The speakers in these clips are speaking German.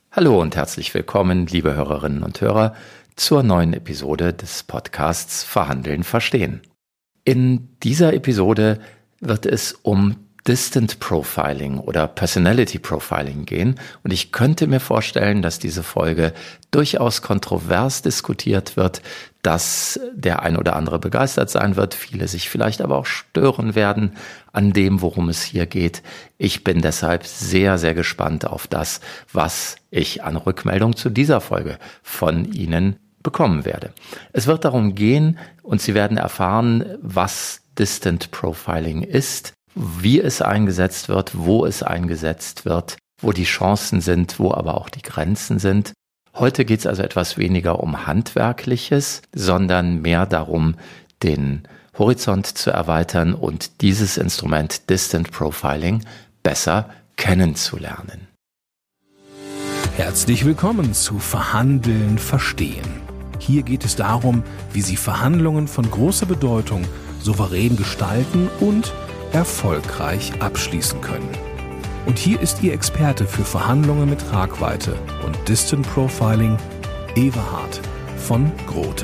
Hallo und herzlich willkommen, liebe Hörerinnen und Hörer, zur neuen Episode des Podcasts Verhandeln, Verstehen. In dieser Episode wird es um Distant Profiling oder Personality Profiling gehen und ich könnte mir vorstellen, dass diese Folge durchaus kontrovers diskutiert wird, dass der ein oder andere begeistert sein wird, viele sich vielleicht aber auch stören werden an dem, worum es hier geht. Ich bin deshalb sehr, sehr gespannt auf das, was ich an Rückmeldung zu dieser Folge von Ihnen bekommen werde. Es wird darum gehen und Sie werden erfahren, was Distant Profiling ist, wie es eingesetzt wird, wo es eingesetzt wird, wo die Chancen sind, wo aber auch die Grenzen sind. Heute geht es also etwas weniger um Handwerkliches, sondern mehr darum, den Horizont zu erweitern und dieses Instrument Distant Profiling besser kennenzulernen. Herzlich willkommen zu Verhandeln, Verstehen. Hier geht es darum, wie Sie Verhandlungen von großer Bedeutung souverän gestalten und erfolgreich abschließen können. Und hier ist Ihr Experte für Verhandlungen mit Tragweite und Distant Profiling, Everhard von Grote.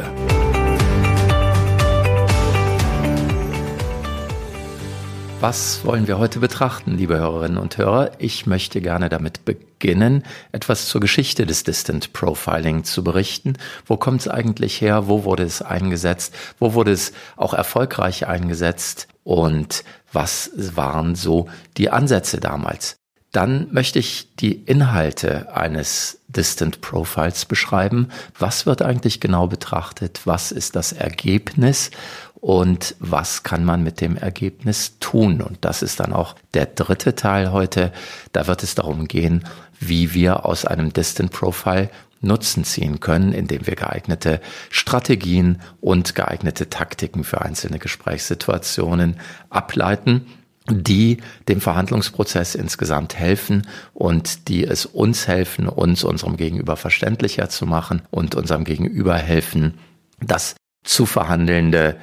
Was wollen wir heute betrachten, liebe Hörerinnen und Hörer? Ich möchte gerne damit beginnen, etwas zur Geschichte des Distant Profiling zu berichten. Wo kommt es eigentlich her? Wo wurde es eingesetzt? Wo wurde es auch erfolgreich eingesetzt? Und was waren so die Ansätze damals? Dann möchte ich die Inhalte eines Distant Profiles beschreiben. Was wird eigentlich genau betrachtet? Was ist das Ergebnis? Und was kann man mit dem Ergebnis tun? Und das ist dann auch der dritte Teil heute. Da wird es darum gehen, wie wir aus einem Distant Profile Nutzen ziehen können, indem wir geeignete Strategien und geeignete Taktiken für einzelne Gesprächssituationen ableiten, die dem Verhandlungsprozess insgesamt helfen und die es uns helfen, uns unserem Gegenüber verständlicher zu machen und unserem Gegenüber helfen, den zu verhandelnden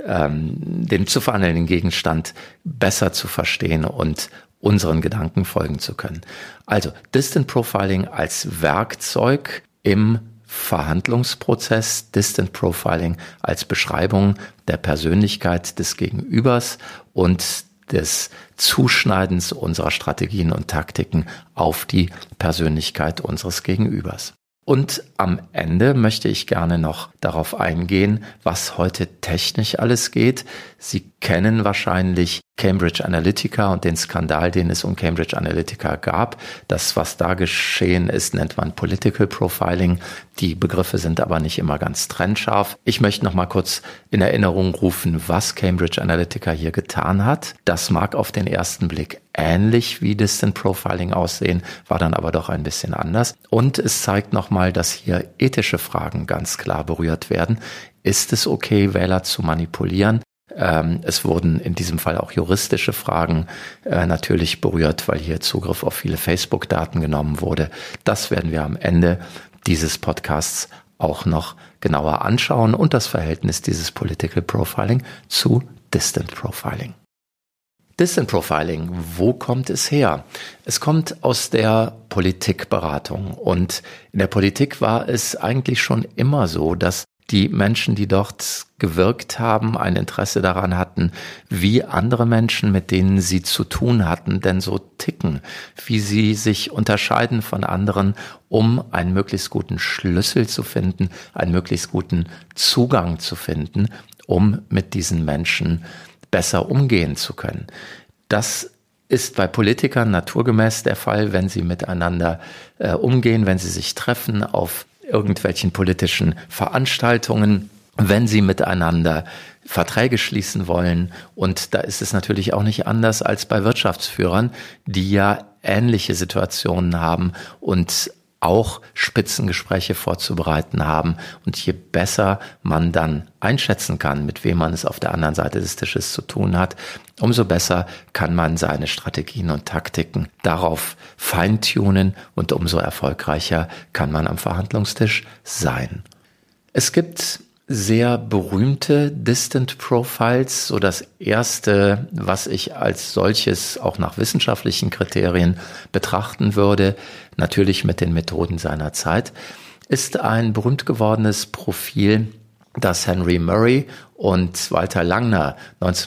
Gegenstand besser zu verstehen und unseren Gedanken folgen zu können. Also Distant Profiling als Werkzeug im Verhandlungsprozess, Distant Profiling als Beschreibung der Persönlichkeit des Gegenübers und des Zuschneidens unserer Strategien und Taktiken auf die Persönlichkeit unseres Gegenübers. Und am Ende möchte ich gerne noch darauf eingehen, was heute technisch alles geht. Sie kennen wahrscheinlich Cambridge Analytica und den Skandal, den es um Cambridge Analytica gab. Das, was da geschehen ist, nennt man Political Profiling. Die Begriffe sind aber nicht immer ganz trennscharf. Ich möchte noch mal kurz in Erinnerung rufen, was Cambridge Analytica hier getan hat. Das mag auf den ersten Blick ähnlich wie Distant Profiling aussehen, war dann aber doch ein bisschen anders. Und es zeigt nochmal, dass hier ethische Fragen ganz klar berührt werden. Ist es okay, Wähler zu manipulieren? Es wurden in diesem Fall auch juristische Fragen natürlich berührt, weil hier Zugriff auf viele Facebook-Daten genommen wurde. Das werden wir am Ende dieses Podcasts auch noch genauer anschauen und das Verhältnis dieses Political Profiling zu Distant Profiling. Distant Profiling, wo kommt es her? Es kommt aus der Politikberatung und in der Politik war es eigentlich schon immer so, dass die Menschen, die dort gewirkt haben, ein Interesse daran hatten, wie andere Menschen, mit denen sie zu tun hatten, denn so ticken, wie sie sich unterscheiden von anderen, um einen möglichst guten Schlüssel zu finden, einen möglichst guten Zugang zu finden, um mit diesen Menschen besser umgehen zu können. Das ist bei Politikern naturgemäß der Fall, wenn sie miteinander umgehen, wenn sie sich treffen auf irgendwelchen politischen Veranstaltungen, wenn sie miteinander Verträge schließen wollen. Und da ist es natürlich auch nicht anders als bei Wirtschaftsführern, die ja ähnliche Situationen haben und auch Spitzengespräche vorzubereiten haben. Und je besser man dann einschätzen kann, mit wem man es auf der anderen Seite des Tisches zu tun hat, umso besser kann man seine Strategien und Taktiken darauf feintunen und umso erfolgreicher kann man am Verhandlungstisch sein. Es gibt sehr berühmte Distant Profiles, so das erste, was ich als solches auch nach wissenschaftlichen Kriterien betrachten würde, natürlich mit den Methoden seiner Zeit, ist ein berühmt gewordenes Profil, das Henry Murray und Walter Langner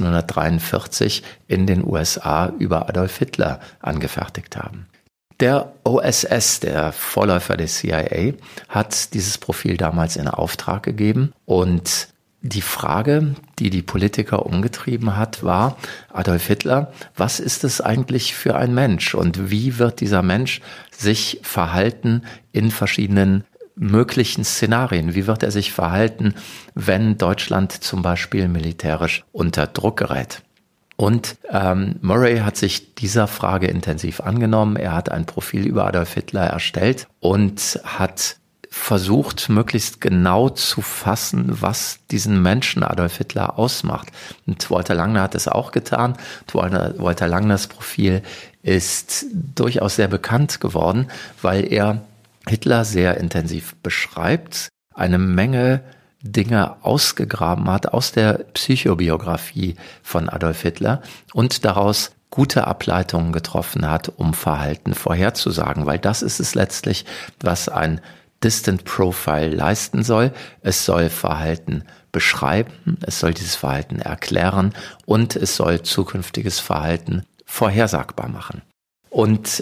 1943 in den USA über Adolf Hitler angefertigt haben. Der OSS, der Vorläufer der CIA, hat dieses Profil damals in Auftrag gegeben und die Frage, die die Politiker umgetrieben hat, war: Adolf Hitler, was ist es eigentlich für ein Mensch und wie wird dieser Mensch sich verhalten in verschiedenen möglichen Szenarien? Wie wird er sich verhalten, wenn Deutschland zum Beispiel militärisch unter Druck gerät? Und Murray hat sich dieser Frage intensiv angenommen. Er hat ein Profil über Adolf Hitler erstellt und hat versucht, möglichst genau zu fassen, was diesen Menschen Adolf Hitler ausmacht. Und Walter Langner hat es auch getan. Walter Langners Profil ist durchaus sehr bekannt geworden, weil er Hitler sehr intensiv beschreibt, eine Menge Dinge ausgegraben hat aus der Psychobiografie von Adolf Hitler und daraus gute Ableitungen getroffen hat, um Verhalten vorherzusagen, weil das ist es letztlich, was ein Distant Profile leisten soll. Es soll Verhalten beschreiben, es soll dieses Verhalten erklären und es soll zukünftiges Verhalten vorhersagbar machen. Und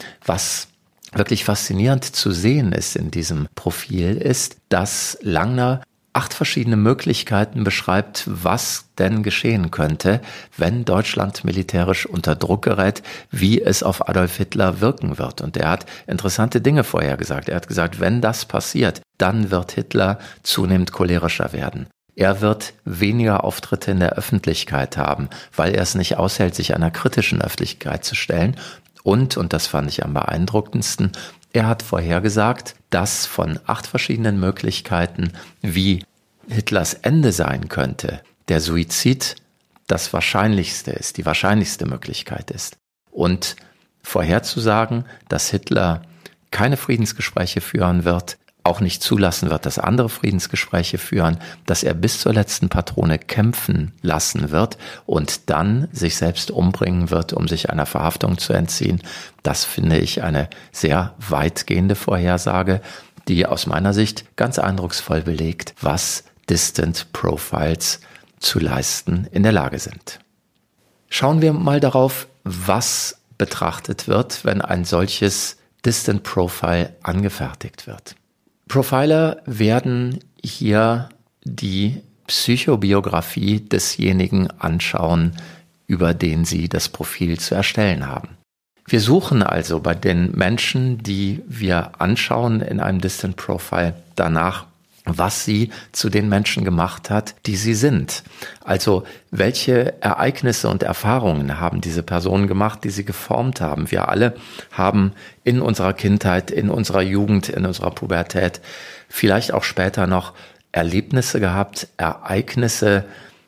was wirklich faszinierend zu sehen ist in diesem Profil ist, dass Langner 8 verschiedene Möglichkeiten beschreibt, was denn geschehen könnte, wenn Deutschland militärisch unter Druck gerät, wie es auf Adolf Hitler wirken wird. Und er hat interessante Dinge vorhergesagt. Er hat gesagt, wenn das passiert, dann wird Hitler zunehmend cholerischer werden. Er wird weniger Auftritte in der Öffentlichkeit haben, weil er es nicht aushält, sich einer kritischen Öffentlichkeit zu stellen. Und das fand ich am beeindruckendsten, er hat vorhergesagt, dass von 8 verschiedenen Möglichkeiten, wie Hitlers Ende sein könnte, der Suizid das wahrscheinlichste ist, die wahrscheinlichste Möglichkeit ist. Und vorherzusagen, dass Hitler keine Friedensgespräche führen wird, auch nicht zulassen wird, dass andere Friedensgespräche führen, dass er bis zur letzten Patrone kämpfen lassen wird und dann sich selbst umbringen wird, um sich einer Verhaftung zu entziehen. Das finde ich eine sehr weitgehende Vorhersage, die aus meiner Sicht ganz eindrucksvoll belegt, was Distant Profiles zu leisten in der Lage sind. Schauen wir mal darauf, was betrachtet wird, wenn ein solches Distant Profile angefertigt wird. Profiler werden hier die Psychobiografie desjenigen anschauen, über den sie das Profil zu erstellen haben. Wir suchen also bei den Menschen, die wir anschauen in einem Distant Profile, danach, was sie zu den Menschen gemacht hat, die sie sind. Also welche Ereignisse und Erfahrungen haben diese Personen gemacht, die sie geformt haben. Wir alle haben in unserer Kindheit, in unserer Jugend, in unserer Pubertät, vielleicht auch später noch Erlebnisse gehabt, Ereignisse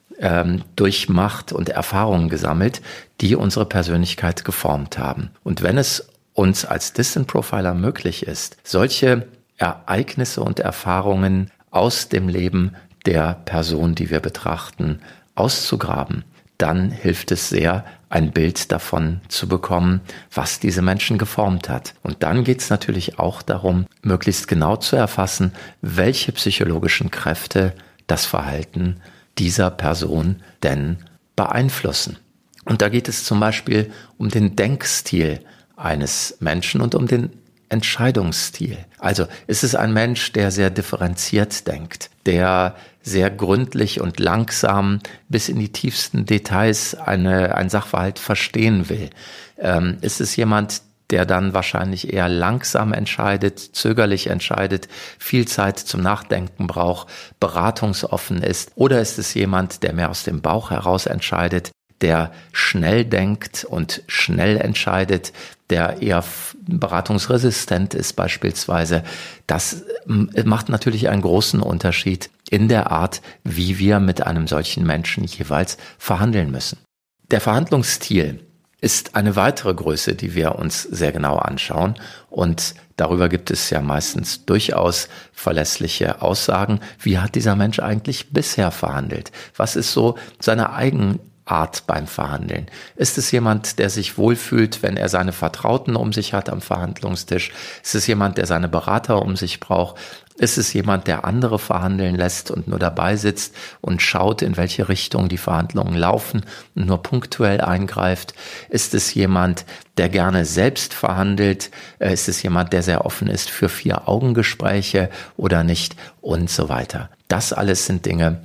durchmacht und Erfahrungen gesammelt, die unsere Persönlichkeit geformt haben. Und wenn es uns als Distant Profiler möglich ist, solche Ereignisse und Erfahrungen aus dem Leben der Person, die wir betrachten, auszugraben, dann hilft es sehr, ein Bild davon zu bekommen, was diese Menschen geformt hat. Und dann geht es natürlich auch darum, möglichst genau zu erfassen, welche psychologischen Kräfte das Verhalten dieser Person denn beeinflussen. Und da geht es zum Beispiel um den Denkstil eines Menschen und um den Entscheidungsstil. Also ist es ein Mensch, der sehr differenziert denkt, der sehr gründlich und langsam bis in die tiefsten Details ein Sachverhalt verstehen will? Ist es jemand, der dann wahrscheinlich eher langsam entscheidet, zögerlich entscheidet, viel Zeit zum Nachdenken braucht, beratungsoffen ist? Oder ist es jemand, der mehr aus dem Bauch heraus entscheidet, der schnell denkt und schnell entscheidet, der eher beratungsresistent ist beispielsweise? Das macht natürlich einen großen Unterschied in der Art, wie wir mit einem solchen Menschen jeweils verhandeln müssen. Der Verhandlungsstil ist eine weitere Größe, die wir uns sehr genau anschauen. Und darüber gibt es ja meistens durchaus verlässliche Aussagen. Wie hat dieser Mensch eigentlich bisher verhandelt? Was ist so seine Eigenart beim Verhandeln? Ist es jemand, der sich wohlfühlt, wenn er seine Vertrauten um sich hat am Verhandlungstisch? Ist es jemand, der seine Berater um sich braucht? Ist es jemand, der andere verhandeln lässt und nur dabei sitzt und schaut, in welche Richtung die Verhandlungen laufen und nur punktuell eingreift? Ist es jemand, der gerne selbst verhandelt? Ist es jemand, der sehr offen ist für 4-Augen-Gespräche oder nicht? Und so weiter. Das alles sind Dinge,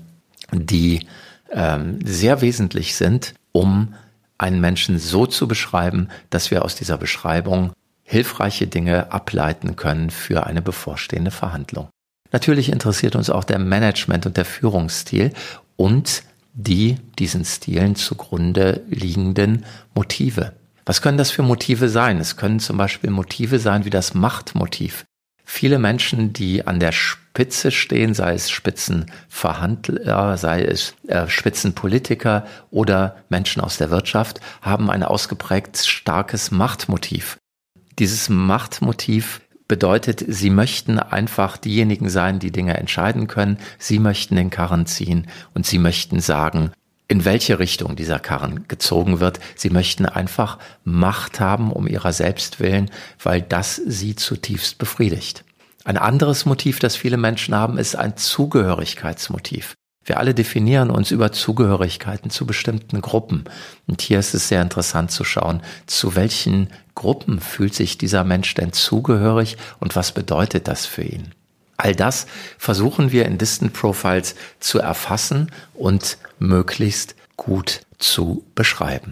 die sehr wesentlich sind, um einen Menschen so zu beschreiben, dass wir aus dieser Beschreibung hilfreiche Dinge ableiten können für eine bevorstehende Verhandlung. Natürlich interessiert uns auch der Management- und der Führungsstil und die diesen Stilen zugrunde liegenden Motive. Was können das für Motive sein? Es können zum Beispiel Motive sein wie das Machtmotiv. Viele Menschen, die an der Spitze stehen, sei es Spitzenverhandler, sei es Spitzenpolitiker oder Menschen aus der Wirtschaft, haben ein ausgeprägt starkes Machtmotiv. Dieses Machtmotiv bedeutet, sie möchten einfach diejenigen sein, die Dinge entscheiden können. Sie möchten den Karren ziehen und sie möchten sagen, in welche Richtung dieser Karren gezogen wird. Sie möchten einfach Macht haben um ihrer selbst willen, weil das sie zutiefst befriedigt. Ein anderes Motiv, das viele Menschen haben, ist ein Zugehörigkeitsmotiv. Wir alle definieren uns über Zugehörigkeiten zu bestimmten Gruppen. Und hier ist es sehr interessant zu schauen, zu welchen Gruppen fühlt sich dieser Mensch denn zugehörig und was bedeutet das für ihn? All das versuchen wir in Distant Profiles zu erfassen und möglichst gut zu beschreiben.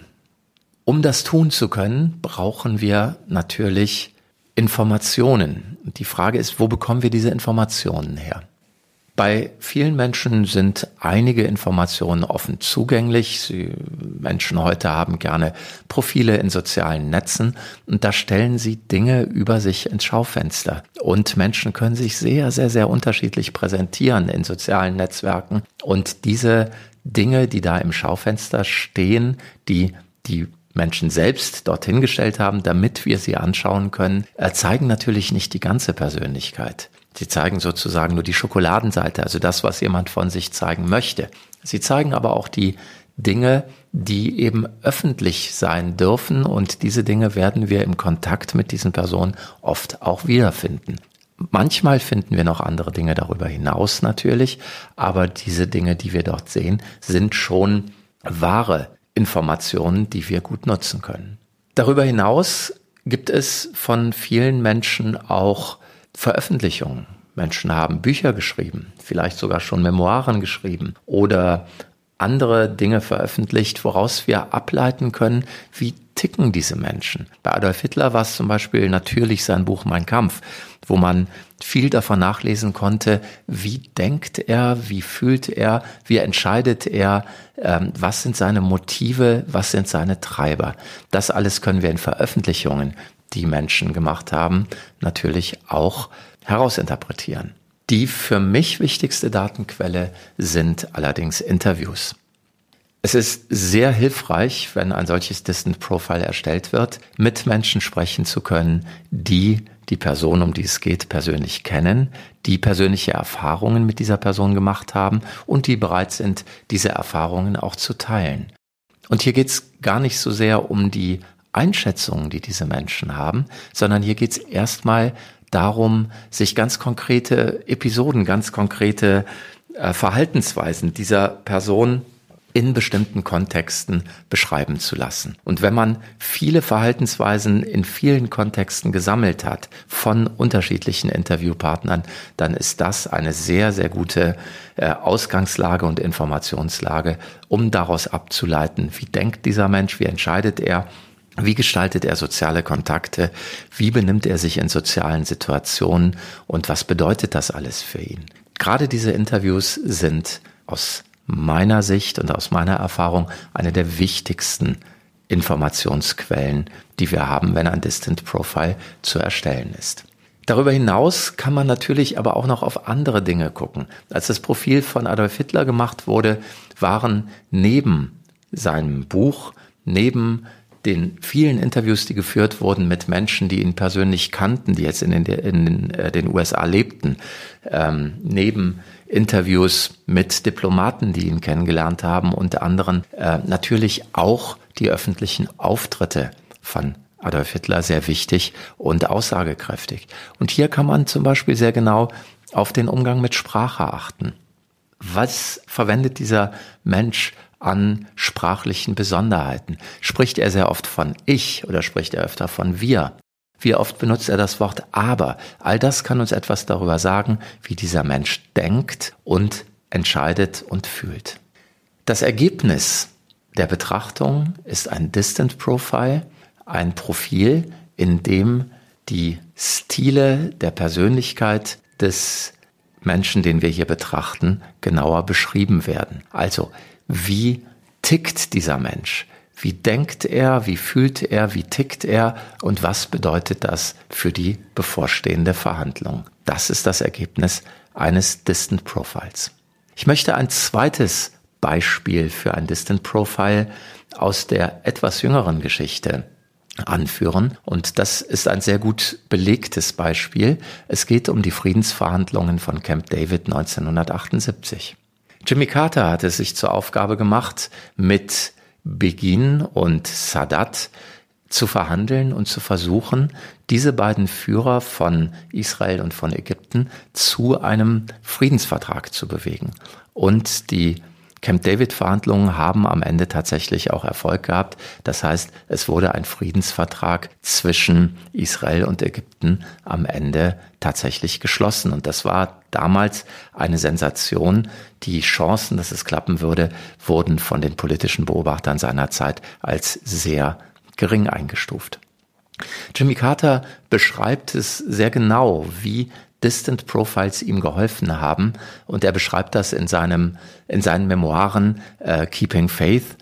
Um das tun zu können, brauchen wir natürlich Informationen. Die Frage ist, wo bekommen wir diese Informationen her? Bei vielen Menschen sind einige Informationen offen zugänglich. Menschen heute haben gerne Profile in sozialen Netzen und da stellen sie Dinge über sich ins Schaufenster. Und Menschen können sich sehr, sehr, sehr unterschiedlich präsentieren in sozialen Netzwerken. Und diese Dinge, die da im Schaufenster stehen, die Menschen selbst dorthin gestellt haben, damit wir sie anschauen können, zeigen natürlich nicht die ganze Persönlichkeit. Sie zeigen sozusagen nur die Schokoladenseite, also das, was jemand von sich zeigen möchte. Sie zeigen aber auch die Dinge, die eben öffentlich sein dürfen und diese Dinge werden wir im Kontakt mit diesen Personen oft auch wiederfinden. Manchmal finden wir noch andere Dinge darüber hinaus natürlich, aber diese Dinge, die wir dort sehen, sind schon wahre Informationen, die wir gut nutzen können. Darüber hinaus gibt es von vielen Menschen auch Veröffentlichungen. Menschen haben Bücher geschrieben, vielleicht sogar schon Memoiren geschrieben oder andere Dinge veröffentlicht, woraus wir ableiten können, wie ticken diese Menschen. Bei Adolf Hitler war es zum Beispiel natürlich sein Buch Mein Kampf, wo man viel davon nachlesen konnte, wie denkt er, wie fühlt er, wie entscheidet er, was sind seine Motive, was sind seine Treiber. Das alles können wir in Veröffentlichungen, die Menschen gemacht haben, natürlich auch herausinterpretieren. Die für mich wichtigste Datenquelle sind allerdings Interviews. Es ist sehr hilfreich, wenn ein solches Distant Profile erstellt wird, mit Menschen sprechen zu können, die die Person, um die es geht, persönlich kennen, die persönliche Erfahrungen mit dieser Person gemacht haben und die bereit sind, diese Erfahrungen auch zu teilen. Und hier geht es gar nicht so sehr um die Einschätzungen, die diese Menschen haben, sondern hier geht es erstmal darum, sich ganz konkrete Episoden, ganz konkrete Verhaltensweisen dieser Person in bestimmten Kontexten beschreiben zu lassen. Und wenn man viele Verhaltensweisen in vielen Kontexten gesammelt hat von unterschiedlichen Interviewpartnern, dann ist das eine sehr, sehr gute Ausgangslage und Informationslage, um daraus abzuleiten, wie denkt dieser Mensch, wie entscheidet er, wie gestaltet er soziale Kontakte, wie benimmt er sich in sozialen Situationen und was bedeutet das alles für ihn. Gerade diese Interviews sind aus meiner Sicht und aus meiner Erfahrung eine der wichtigsten Informationsquellen, die wir haben, wenn ein Distant Profile zu erstellen ist. Darüber hinaus kann man natürlich aber auch noch auf andere Dinge gucken. Als das Profil von Adolf Hitler gemacht wurde, waren neben seinem Buch, neben den vielen Interviews, die geführt wurden mit Menschen, die ihn persönlich kannten, die jetzt in den USA lebten, neben Interviews mit Diplomaten, die ihn kennengelernt haben, unter anderem natürlich auch die öffentlichen Auftritte von Adolf Hitler sehr wichtig und aussagekräftig. Und hier kann man zum Beispiel sehr genau auf den Umgang mit Sprache achten. Was verwendet dieser Mensch an sprachlichen Besonderheiten? Spricht er sehr oft von ich oder spricht er öfter von wir? Wie oft benutzt er das Wort aber? All das kann uns etwas darüber sagen, wie dieser Mensch denkt und entscheidet und fühlt. Das Ergebnis der Betrachtung ist ein Distant Profile, ein Profil, in dem die Stile der Persönlichkeit des Menschen, den wir hier betrachten, genauer beschrieben werden. Also, wie tickt dieser Mensch? Wie denkt er? Wie fühlt er? Wie tickt er? Und was bedeutet das für die bevorstehende Verhandlung? Das ist das Ergebnis eines Distant Profiles. Ich möchte ein zweites Beispiel für ein Distant Profile aus der etwas jüngeren Geschichte anführen. Und das ist ein sehr gut belegtes Beispiel. Es geht um die Friedensverhandlungen von Camp David 1978. Jimmy Carter hatte es sich zur Aufgabe gemacht, mit Begin und Sadat zu verhandeln und zu versuchen, diese beiden Führer von Israel und von Ägypten zu einem Friedensvertrag zu bewegen. Und die Camp David-Verhandlungen haben am Ende tatsächlich auch Erfolg gehabt. Das heißt, es wurde ein Friedensvertrag zwischen Israel und Ägypten am Ende tatsächlich geschlossen. Und das war damals eine Sensation. Die Chancen, dass es klappen würde, wurden von den politischen Beobachtern seiner Zeit als sehr gering eingestuft. Jimmy Carter beschreibt es sehr genau, wie Distant Profiles ihm geholfen haben, und er beschreibt das in seinen Memoiren Keeping Faith,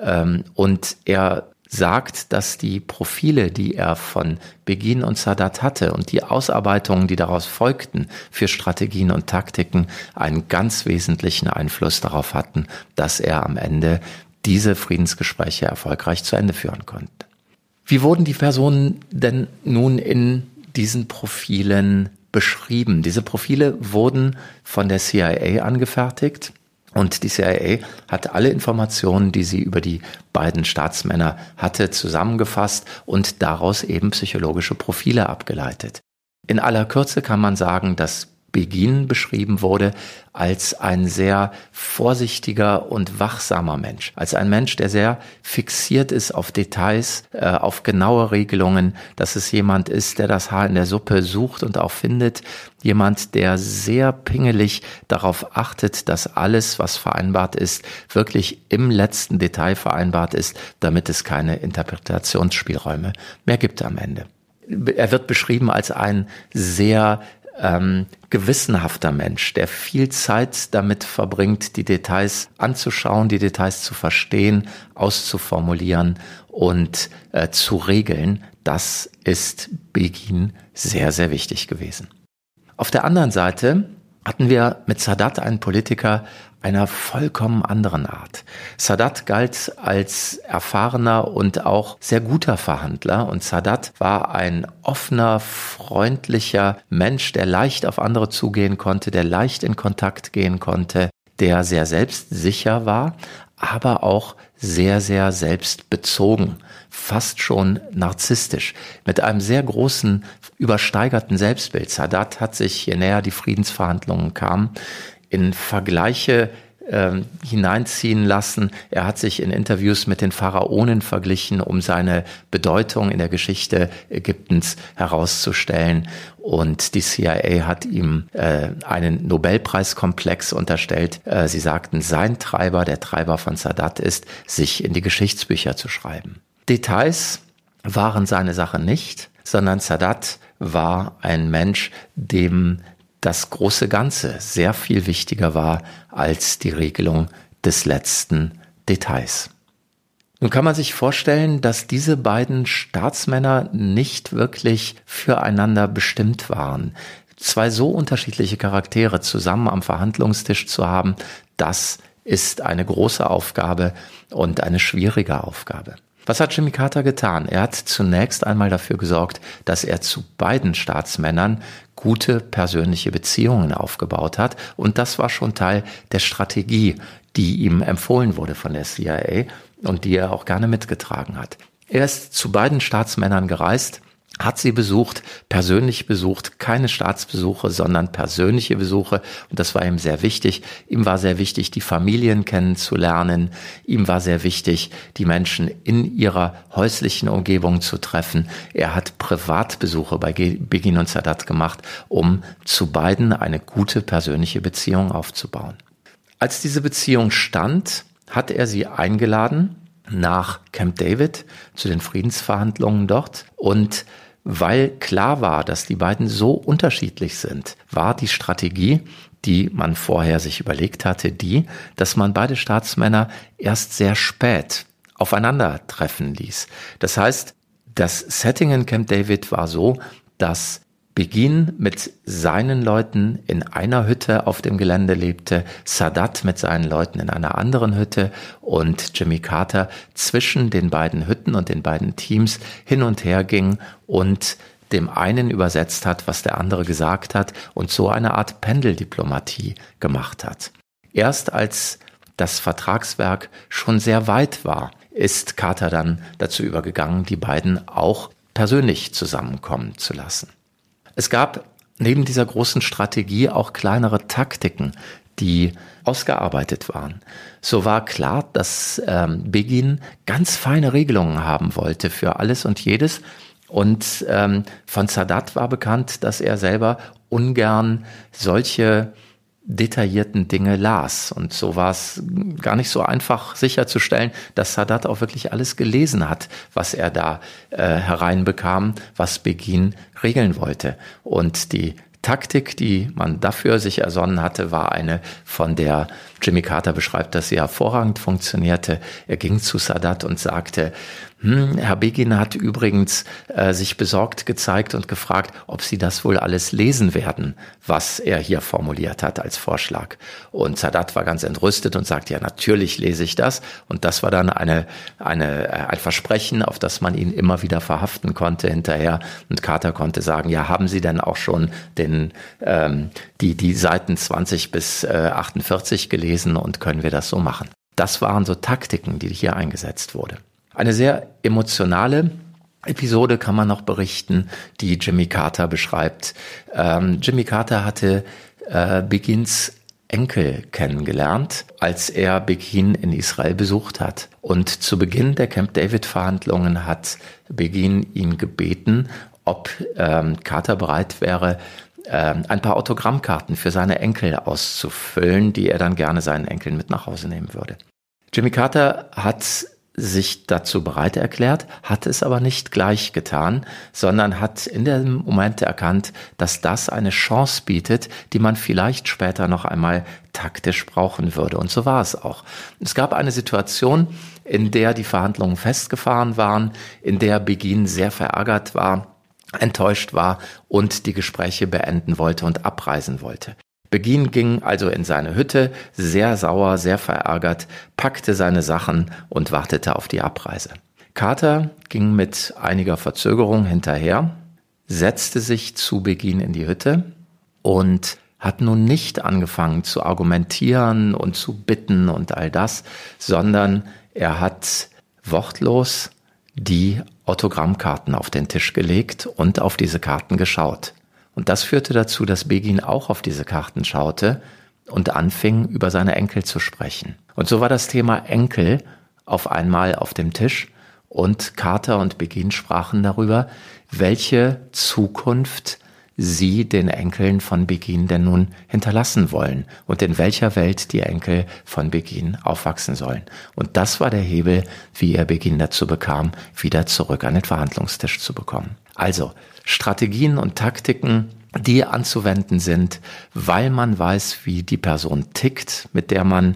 und er sagt, dass die Profile, die er von Begin und Sadat hatte und die Ausarbeitungen, die daraus folgten für Strategien und Taktiken, einen ganz wesentlichen Einfluss darauf hatten, dass er am Ende diese Friedensgespräche erfolgreich zu Ende führen konnte. Wie wurden die Personen denn nun in diesen Profilen beschrieben? Diese Profile wurden von der CIA angefertigt, und die CIA hat alle Informationen, die sie über die beiden Staatsmänner hatte, zusammengefasst und daraus eben psychologische Profile abgeleitet. In aller Kürze kann man sagen, dass Begin beschrieben wurde als ein sehr vorsichtiger und wachsamer Mensch, als ein Mensch, der sehr fixiert ist auf Details, auf genaue Regelungen, dass es jemand ist, der das Haar in der Suppe sucht und auch findet, jemand, der sehr pingelig darauf achtet, dass alles, was vereinbart ist, wirklich im letzten Detail vereinbart ist, damit es keine Interpretationsspielräume mehr gibt am Ende. Er wird beschrieben als ein sehr gewissenhafter Mensch, der viel Zeit damit verbringt, die Details anzuschauen, die Details zu verstehen, auszuformulieren und zu regeln. Das ist Begin sehr, sehr wichtig gewesen. Auf der anderen Seite hatten wir mit Sadat einen Politiker einer vollkommen anderen Art. Sadat galt als erfahrener und auch sehr guter Verhandler, und Sadat war ein offener, freundlicher Mensch, der leicht auf andere zugehen konnte, der leicht in Kontakt gehen konnte, der sehr selbstsicher war, aber auch sehr, sehr selbstbezogen, fast schon narzisstisch, mit einem sehr großen, übersteigerten Selbstbild. Sadat hat sich, je näher die Friedensverhandlungen kamen, in Vergleiche hineinziehen lassen. Er hat sich in Interviews mit den Pharaonen verglichen, um seine Bedeutung in der Geschichte Ägyptens herauszustellen. Und die CIA hat ihm einen Nobelpreiskomplex unterstellt. Sie sagten, sein Treiber, der Treiber von Sadat ist, sich in die Geschichtsbücher zu schreiben. Details waren seine Sache nicht, sondern Sadat war ein Mensch, dem das große Ganze sehr viel wichtiger war als die Regelung des letzten Details. Nun kann man sich vorstellen, dass diese beiden Staatsmänner nicht wirklich füreinander bestimmt waren. Zwei so unterschiedliche Charaktere zusammen am Verhandlungstisch zu haben, das ist eine große Aufgabe und eine schwierige Aufgabe. Was hat Jimmy Carter getan? Er hat zunächst einmal dafür gesorgt, dass er zu beiden Staatsmännern gute persönliche Beziehungen aufgebaut hat. Und das war schon Teil der Strategie, die ihm empfohlen wurde von der CIA und die er auch gerne mitgetragen hat. Er ist zu beiden Staatsmännern gereist, hat sie besucht, persönlich besucht, keine Staatsbesuche, sondern persönliche Besuche. Und das war ihm sehr wichtig. Ihm war sehr wichtig, die Familien kennenzulernen. Ihm war sehr wichtig, die Menschen in ihrer häuslichen Umgebung zu treffen. Er hat Privatbesuche bei Begin und Sadat gemacht, um zu beiden eine gute persönliche Beziehung aufzubauen. Als diese Beziehung stand, hat er sie eingeladen nach Camp David zu den Friedensverhandlungen dort. Und weil klar war, dass die beiden so unterschiedlich sind, war die Strategie, die man vorher sich überlegt hatte, dass man beide Staatsmänner erst sehr spät aufeinandertreffen ließ. Das heißt, das Setting in Camp David war so, dass Begin mit seinen Leuten in einer Hütte auf dem Gelände lebte, Sadat mit seinen Leuten in einer anderen Hütte und Jimmy Carter zwischen den beiden Hütten und den beiden Teams hin und her ging und dem einen übersetzt hat, was der andere gesagt hat und so eine Art Pendeldiplomatie gemacht hat. Erst als das Vertragswerk schon sehr weit war, ist Carter dann dazu übergegangen, die beiden auch persönlich zusammenkommen zu lassen. Es gab neben dieser großen Strategie auch kleinere Taktiken, die ausgearbeitet waren. So war klar, dass Begin ganz feine Regelungen haben wollte für alles und jedes. Und von Sadat war bekannt, dass er selber ungern solche detaillierten Dinge las. Und so war es gar nicht so einfach sicherzustellen, dass Sadat auch wirklich alles gelesen hat, was er da hereinbekam, was Begin regeln wollte. Und die Taktik, die man dafür sich ersonnen hatte, war eine, von der Jimmy Carter beschreibt, dass sie hervorragend funktionierte. Er ging zu Sadat und sagte, Herr Begin hat übrigens sich besorgt gezeigt und gefragt, ob Sie das wohl alles lesen werden, was er hier formuliert hat als Vorschlag. Und Sadat war ganz entrüstet und sagte, ja, natürlich lese ich das. Und das war dann ein Versprechen, auf das man ihn immer wieder verhaften konnte hinterher. Und Carter konnte sagen, ja, haben Sie denn auch schon die Seiten 20 bis 48 gelesen und können wir das so machen? Das waren so Taktiken, die hier eingesetzt wurde. Eine sehr emotionale Episode kann man noch berichten, die Jimmy Carter beschreibt. Jimmy Carter hatte Begins Enkel kennengelernt, als er Begin in Israel besucht hat. Und zu Beginn der Camp David-Verhandlungen hat Begin ihn gebeten, ob Carter bereit wäre, ein paar Autogrammkarten für seine Enkel auszufüllen, die er dann gerne seinen Enkeln mit nach Hause nehmen würde. Jimmy Carter hat sich dazu bereit erklärt, hat es aber nicht gleich getan, sondern hat in dem Moment erkannt, dass das eine Chance bietet, die man vielleicht später noch einmal taktisch brauchen würde. Und so war es auch. Es gab eine Situation, in der die Verhandlungen festgefahren waren, in der Begin sehr verärgert war, enttäuscht war und die Gespräche beenden wollte und abreisen wollte. Begin ging also in seine Hütte, sehr sauer, sehr verärgert, packte seine Sachen und wartete auf die Abreise. Carter ging mit einiger Verzögerung hinterher, setzte sich zu Begin in die Hütte und hat nun nicht angefangen zu argumentieren und zu bitten und all das, sondern er hat wortlos die Autogrammkarten auf den Tisch gelegt und auf diese Karten geschaut. Und das führte dazu, dass Begin auch auf diese Karten schaute und anfing, über seine Enkel zu sprechen. Und so war das Thema Enkel auf einmal auf dem Tisch und Carter und Begin sprachen darüber, welche Zukunft sie den Enkeln von Begin denn nun hinterlassen wollen und in welcher Welt die Enkel von Begin aufwachsen sollen. Und das war der Hebel, wie er Begin dazu bekam, wieder zurück an den Verhandlungstisch zu bekommen. Also Strategien und Taktiken, die anzuwenden sind, weil man weiß, wie die Person tickt, mit der man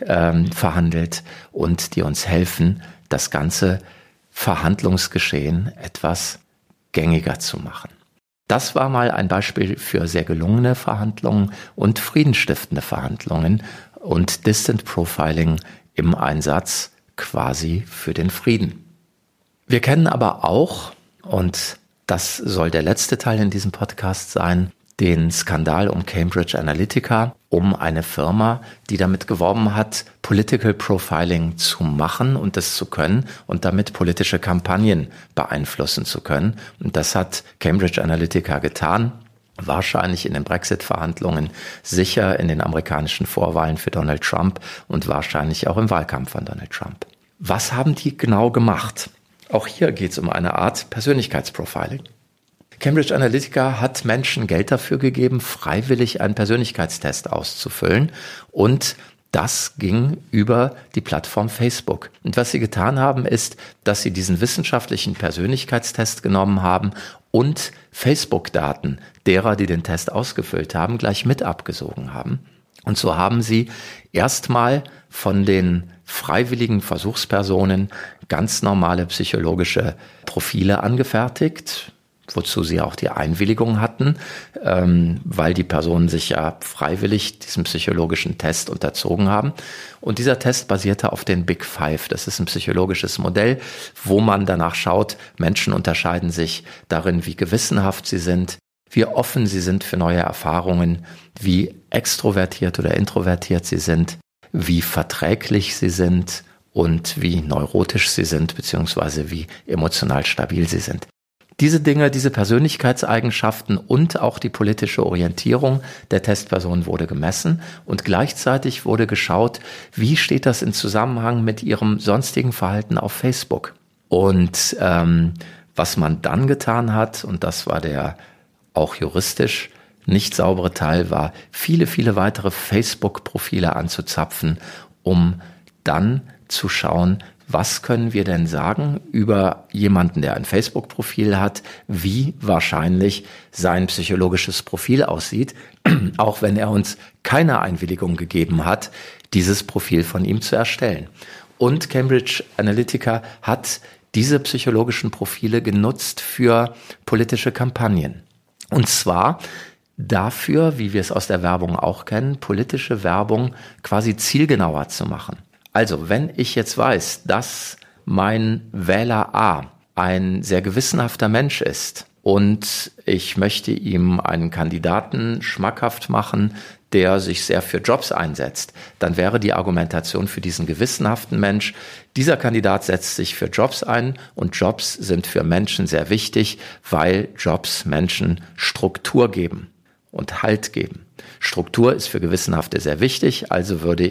verhandelt und die uns helfen, das ganze Verhandlungsgeschehen etwas gängiger zu machen. Das war mal ein Beispiel für sehr gelungene Verhandlungen und friedenstiftende Verhandlungen und Distant Profiling im Einsatz quasi für den Frieden. Wir kennen aber auch, und das soll der letzte Teil in diesem Podcast sein, den Skandal um Cambridge Analytica, um eine Firma, die damit geworben hat, Political Profiling zu machen und das zu können und damit politische Kampagnen beeinflussen zu können. Und das hat Cambridge Analytica getan. Wahrscheinlich in den Brexit-Verhandlungen, sicher in den amerikanischen Vorwahlen für Donald Trump und wahrscheinlich auch im Wahlkampf von Donald Trump. Was haben die genau gemacht? Auch hier geht es um eine Art Persönlichkeitsprofiling. Cambridge Analytica hat Menschen Geld dafür gegeben, freiwillig einen Persönlichkeitstest auszufüllen, und das ging über die Plattform Facebook. Und was sie getan haben, ist, dass sie diesen wissenschaftlichen Persönlichkeitstest genommen haben und Facebook-Daten derer, die den Test ausgefüllt haben, gleich mit abgesogen haben. Und so haben sie erstmal von den freiwilligen Versuchspersonen ganz normale psychologische Profile angefertigt, wozu sie auch die Einwilligung hatten, weil die Personen sich ja freiwillig diesem psychologischen Test unterzogen haben. Und dieser Test basierte auf den Big Five. Das ist ein psychologisches Modell, wo man danach schaut, Menschen unterscheiden sich darin, wie gewissenhaft sie sind, wie offen sie sind für neue Erfahrungen, wie extrovertiert oder introvertiert sie sind, wie verträglich sie sind und wie neurotisch sie sind, beziehungsweise wie emotional stabil sie sind. Diese Dinge, diese Persönlichkeitseigenschaften und auch die politische Orientierung der Testperson wurde gemessen und gleichzeitig wurde geschaut, wie steht das in Zusammenhang mit ihrem sonstigen Verhalten auf Facebook. Und was man dann getan hat, und das war der auch juristisch nicht saubere Teil, war, viele, viele weitere Facebook-Profile anzuzapfen, um dann zu schauen, was können wir denn sagen über jemanden, der ein Facebook-Profil hat, wie wahrscheinlich sein psychologisches Profil aussieht, auch wenn er uns keine Einwilligung gegeben hat, dieses Profil von ihm zu erstellen. Und Cambridge Analytica hat diese psychologischen Profile genutzt für politische Kampagnen. Und zwar dafür, wie wir es aus der Werbung auch kennen, politische Werbung quasi zielgenauer zu machen. Also, wenn ich jetzt weiß, dass mein Wähler A ein sehr gewissenhafter Mensch ist und ich möchte ihm einen Kandidaten schmackhaft machen, der sich sehr für Jobs einsetzt, dann wäre die Argumentation für diesen gewissenhaften Mensch, dieser Kandidat setzt sich für Jobs ein und Jobs sind für Menschen sehr wichtig, weil Jobs Menschen Struktur geben und Halt geben. Struktur ist für Gewissenhafte sehr wichtig, also würde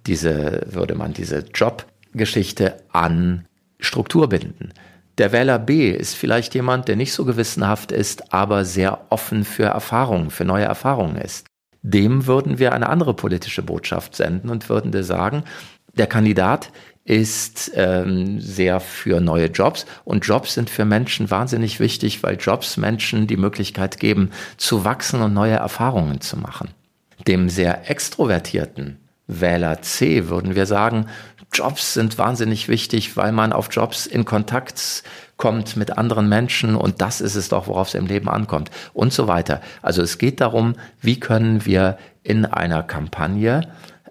man diese Jobgeschichte an Struktur binden. Der Wähler B ist vielleicht jemand, der nicht so gewissenhaft ist, aber sehr offen für Erfahrungen, für neue Erfahrungen ist. Dem würden wir eine andere politische Botschaft senden und würden dir sagen, der Kandidat ist sehr für neue Jobs und Jobs sind für Menschen wahnsinnig wichtig, weil Jobs Menschen die Möglichkeit geben, zu wachsen und neue Erfahrungen zu machen. Dem sehr extrovertierten Wähler C würden wir sagen, Jobs sind wahnsinnig wichtig, weil man auf Jobs in Kontakt kommt mit anderen Menschen und das ist es doch, worauf es im Leben ankommt und so weiter. Also es geht darum, wie können wir in einer Kampagne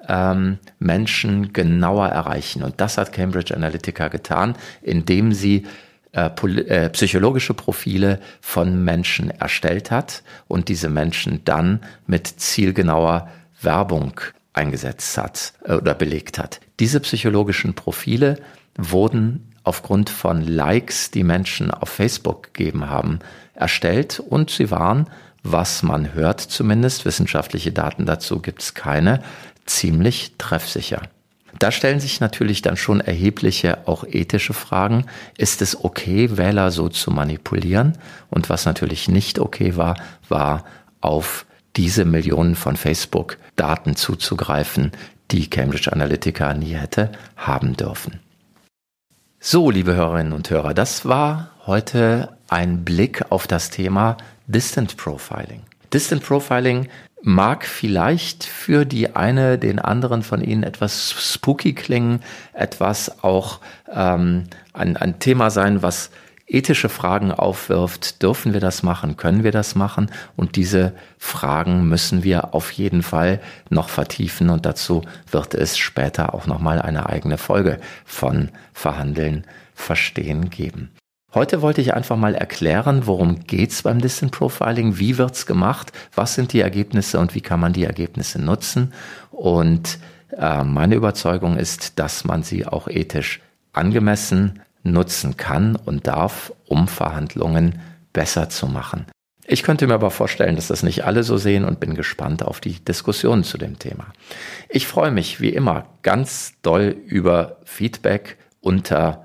Menschen genauer erreichen. Und das hat Cambridge Analytica getan, indem sie psychologische Profile von Menschen erstellt hat und diese Menschen dann mit zielgenauer Werbung eingesetzt hat oder belegt hat. Diese psychologischen Profile wurden aufgrund von Likes, die Menschen auf Facebook gegeben haben, erstellt und sie waren, was man hört zumindest, wissenschaftliche Daten dazu gibt es keine, ziemlich treffsicher. Da stellen sich natürlich dann schon erhebliche, auch ethische Fragen. Ist es okay, Wähler so zu manipulieren? Und was natürlich nicht okay war, war auf diese Millionen von Facebook-Daten zuzugreifen, die Cambridge Analytica nie hätte haben dürfen. So, liebe Hörerinnen und Hörer, das war heute ein Blick auf das Thema Distant Profiling. Distant Profiling mag vielleicht für die eine, den anderen von Ihnen etwas spooky klingen, etwas auch ein Thema sein, was ethische Fragen aufwirft. Dürfen wir das machen? Können wir das machen? Und diese Fragen müssen wir auf jeden Fall noch vertiefen. Und dazu wird es später auch nochmal eine eigene Folge von Verhandeln, Verstehen geben. Heute wollte ich einfach mal erklären, worum geht's beim Distant Profiling, wie wird's gemacht, was sind die Ergebnisse und wie kann man die Ergebnisse nutzen. Und meine Überzeugung ist, dass man sie auch ethisch angemessen nutzen kann und darf, um Verhandlungen besser zu machen. Ich könnte mir aber vorstellen, dass das nicht alle so sehen und bin gespannt auf die Diskussion zu dem Thema. Ich freue mich wie immer ganz doll über Feedback unter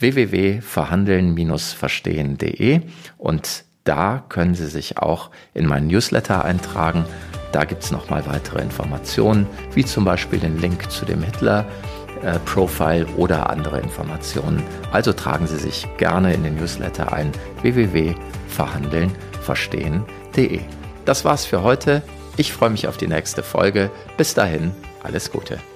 www.verhandeln-verstehen.de und da können Sie sich auch in meinen Newsletter eintragen. Da gibt es nochmal weitere Informationen, wie zum Beispiel den Link zu dem Hitler-Profile oder andere Informationen. Also tragen Sie sich gerne in den Newsletter ein, www.verhandeln-verstehen.de. Das war's für heute. Ich freue mich auf die nächste Folge. Bis dahin, alles Gute.